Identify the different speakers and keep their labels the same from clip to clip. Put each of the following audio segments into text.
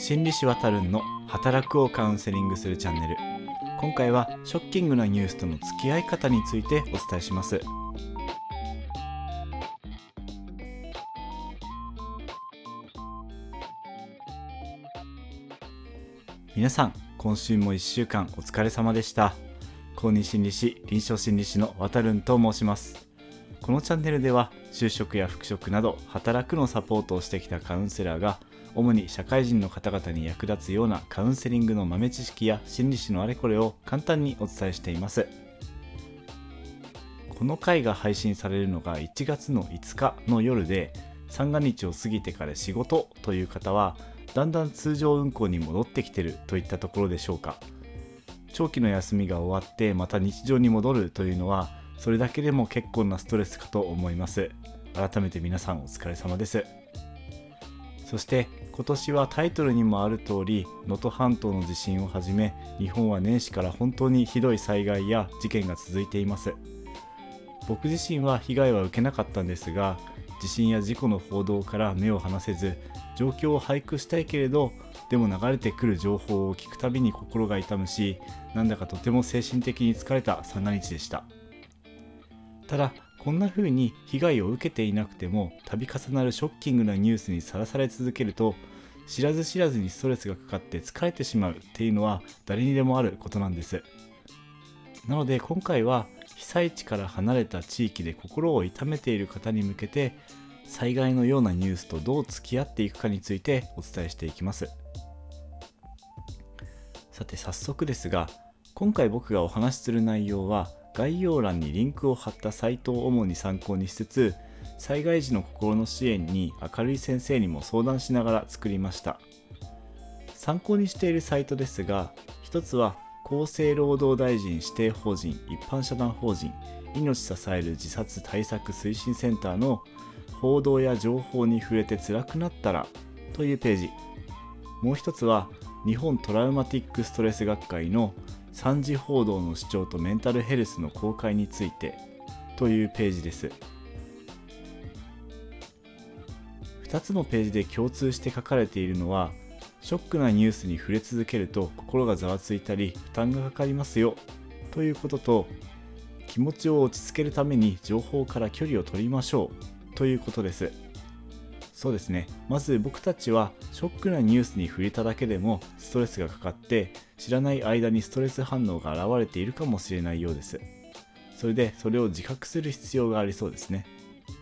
Speaker 1: 心理師わたるんの働くをカウンセリングするチャンネル。今回はショッキングなニュースとの付き合い方についてお伝えします。皆さん、今週も1週間お疲れ様でした。公認心理師、臨床心理師のわたるんと申します。このチャンネルでは就職や復職など働くのサポートをしてきたカウンセラーが主に社会人の方々に役立つようなカウンセリングの豆知識や心理師のあれこれを簡単にお伝えしています。この回が配信されるのが1月の5日の夜で、三が日を過ぎてから仕事という方はだんだん通常運行に戻ってきているといったところでしょうか。長期の休みが終わってまた日常に戻るというのはそれだけでも結構なストレスかと思います。改めて皆さんお疲れ様です。そして今年はタイトルにもある通り、能登半島の地震をはじめ日本は年始から本当にひどい災害や事件が続いています。僕自身は被害は受けなかったんですが、地震や事故の報道から目を離せず、状況を俳句したいけれど、でも流れてくる情報を聞くたびに心が痛むし、なんだかとても精神的に疲れた三が日でした。ただ、こんな風に被害を受けていなくても度重なるショッキングなニュースにさらされ続けると、知らず知らずにストレスがかかって疲れてしまうっていうのは誰にでもあることなんです。なので今回は被災地から離れた地域で心を痛めている方に向けて、災害のようなニュースとどう付き合っていくかについてお伝えしていきます。さて早速ですが、今回僕がお話しする内容は概要欄にリンクを貼ったサイトを主に参考にしつつ、災害時の心の支援に明るい先生にも相談しながら作りました。参考にしているサイトですが、一つは厚生労働大臣指定法人一般社団法人命支える自殺対策推進センターの報道や情報に触れて辛くなったらというページ。もう一つは日本トラウマティックストレス学会の3次報道の視聴とメンタルヘルスの公開についてというページです。2つのページで共通して書かれているのは、ショックなニュースに触れ続けると心がざわついたり負担がかかりますよということと、気持ちを落ち着けるために情報から距離を取りましょうということです。そうですね。まず僕たちはショックなニュースに触れただけでもストレスがかかって、知らない間にストレス反応が現れているかもしれないようです。それでそれを自覚する必要がありそうですね。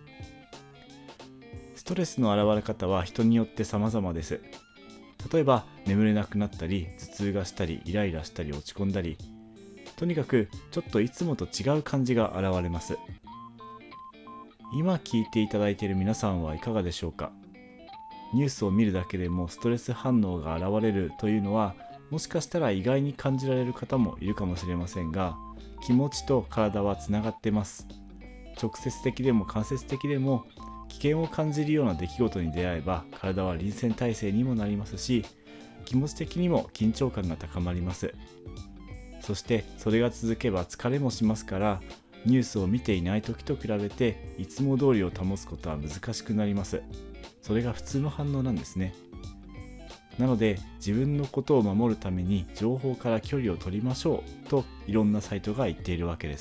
Speaker 1: ストレスの現れ方は人によって様々です。例えば眠れなくなったり、頭痛がしたり、イライラしたり、落ち込んだり、とにかくちょっといつもと違う感じが現れます。今聞いていただいている皆さんはいかがでしょうか。ニュースを見るだけでもストレス反応が現れるというのは、もしかしたら意外に感じられる方もいるかもしれませんが、気持ちと体はつながってます。直接的でも間接的でも危険を感じるような出来事に出会えば、体は臨戦態勢にもなりますし、気持ち的にも緊張感が高まります。そしてそれが続けば疲れもしますから、ニュースを見ていない時と比べていつも通りを保つことは難しくなります。それが普通の反応なんですね。なので自分のことを守るために情報から距離を取りましょうといろんなサイトが言っているわけです。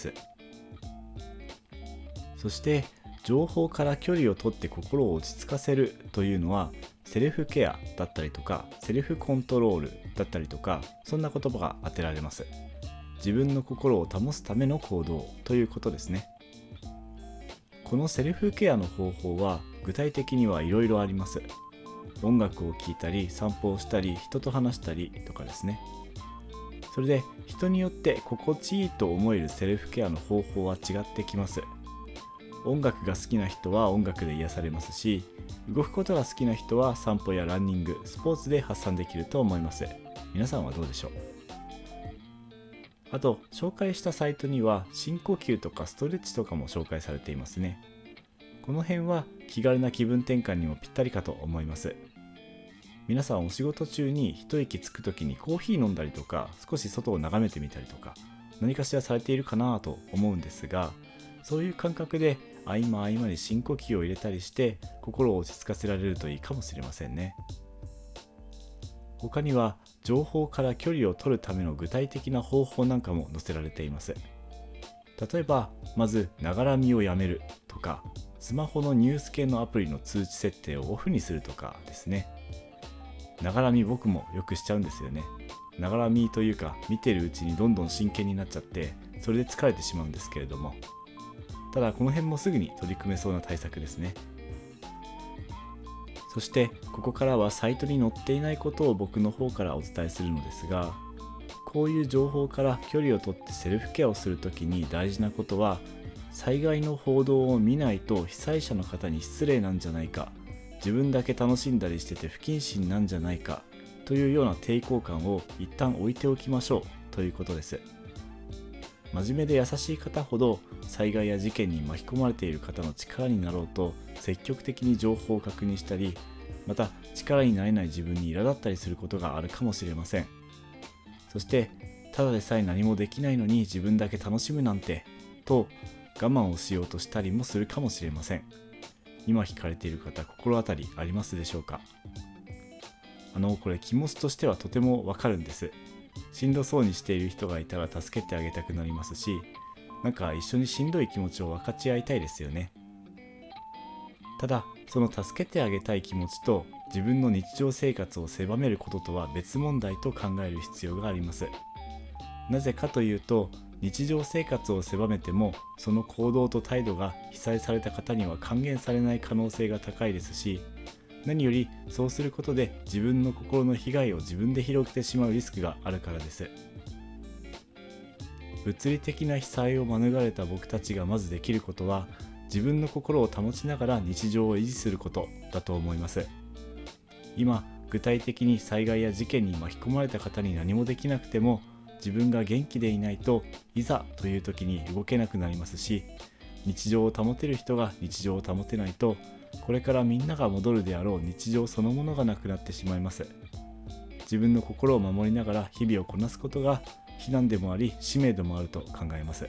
Speaker 1: そして情報から距離を取って心を落ち着かせるというのは、セルフケアだったりとかセルフコントロールだったりとか、そんな言葉が当てられます。自分の心を保つための行動ということですね。このセルフケアの方法は具体的にはいろいろあります。音楽を聴いたり、散歩をしたり、人と話したりとかですね。それで人によって心地いいと思えるセルフケアの方法は違ってきます。音楽が好きな人は音楽で癒されますし、動くことが好きな人は散歩やランニング、スポーツで発散できると思います。皆さんはどうでしょう。あと紹介したサイトには深呼吸とかストレッチとかも紹介されていますね。この辺は気軽な気分転換にもぴったりかと思います。皆さんお仕事中に一息つくときにコーヒー飲んだりとか、少し外を眺めてみたりとか、何かしらされているかなと思うんですが、そういう感覚で合間合間に深呼吸を入れたりして心を落ち着かせられるといいかもしれませんね。 他には情報から距離を取るための具体的な方法なんかも載せられています。例えば、まずながら見をやめるとか、スマホのニュース系のアプリの通知設定をオフにするとかですね。ながら見僕もよくしちゃうんですよね。ながら見というか、見てるうちにどんどん真剣になっちゃって、それで疲れてしまうんですけれども、ただこの辺もすぐに取り組めそうな対策ですね。そしてここからはサイトに載っていないことを僕の方からお伝えするのですが、こういう情報から距離をとってセルフケアをするときに大事なことは、災害の報道を見ないと被災者の方に失礼なんじゃないか、自分だけ楽しんだりしてて不謹慎なんじゃないかというような抵抗感を一旦置いておきましょうということです。真面目で優しい方ほど災害や事件に巻き込まれている方の力になろうと積極的に情報を確認したり、また力になれない自分に苛立ったりすることがあるかもしれません。そしてただでさえ何もできないのに自分だけ楽しむなんてと我慢をしようとしたりもするかもしれません。今聞かれている方、心当たりありますでしょうか？これ気持ちとしてはとてもわかるんです。しんどそうにしている人がいたら助けてあげたくなりますし、なんか一緒にしんどい気持ちを分かち合いたいですよね。ただその助けてあげたい気持ちと自分の日常生活を狭めることとは別問題と考える必要があります。なぜかというと、日常生活を狭めてもその行動と態度が被災された方には還元されない可能性が高いですし、何よりそうすることで自分の心の被害を自分で広げてしまうリスクがあるからです。物理的な被災を免れた僕たちがまずできることは、自分の心を保ちながら日常を維持することだと思います。今具体的に災害や事件に巻き込まれた方に何もできなくても、自分が元気でいないといざという時に動けなくなりますし、日常を保てる人が日常を保てないと、これからみんなが戻るであろう日常そのものがなくなってしまいます。自分の心を守りながら日々をこなすことが避難でもあり使命でもあると考えます。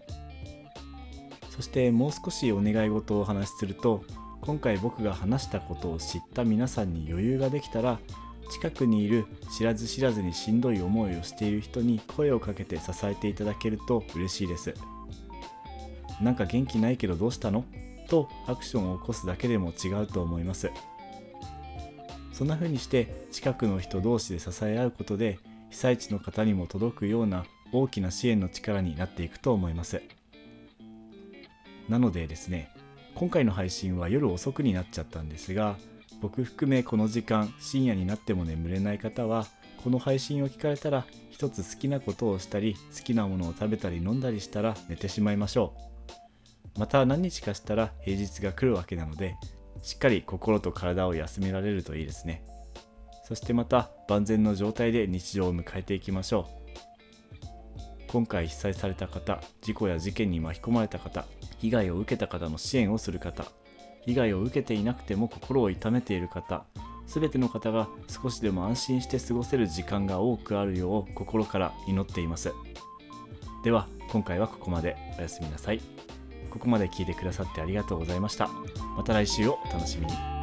Speaker 1: そしてもう少しお願い事をお話しすると、今回僕が話したことを知った皆さんに余裕ができたら、近くにいる知らず知らずにしんどい思いをしている人に声をかけて支えていただけると嬉しいです。なんか元気ないけどどうしたの？とアクションを起こすだけでも違うと思います。そんな風にして近くの人同士で支え合うことで、被災地の方にも届くような大きな支援の力になっていくと思います。なのでですね、今回の配信は夜遅くになっちゃったんですが、僕含めこの時間深夜になっても眠れない方は、この配信を聞かれたら一つ好きなことをしたり、好きなものを食べたり飲んだりしたら寝てしまいましょう。また何日かしたら平日が来るわけなので、しっかり心と体を休められるといいですね。そしてまた万全の状態で日常を迎えていきましょう。今回被災された方、事故や事件に巻き込まれた方、被害を受けた方の支援をする方、被害を受けていなくても心を痛めている方、すべての方が少しでも安心して過ごせる時間が多くあるよう心から祈っています。では今回はここまで。おやすみなさい。ここまで聞いてくださってありがとうございました。また来週をお楽しみに。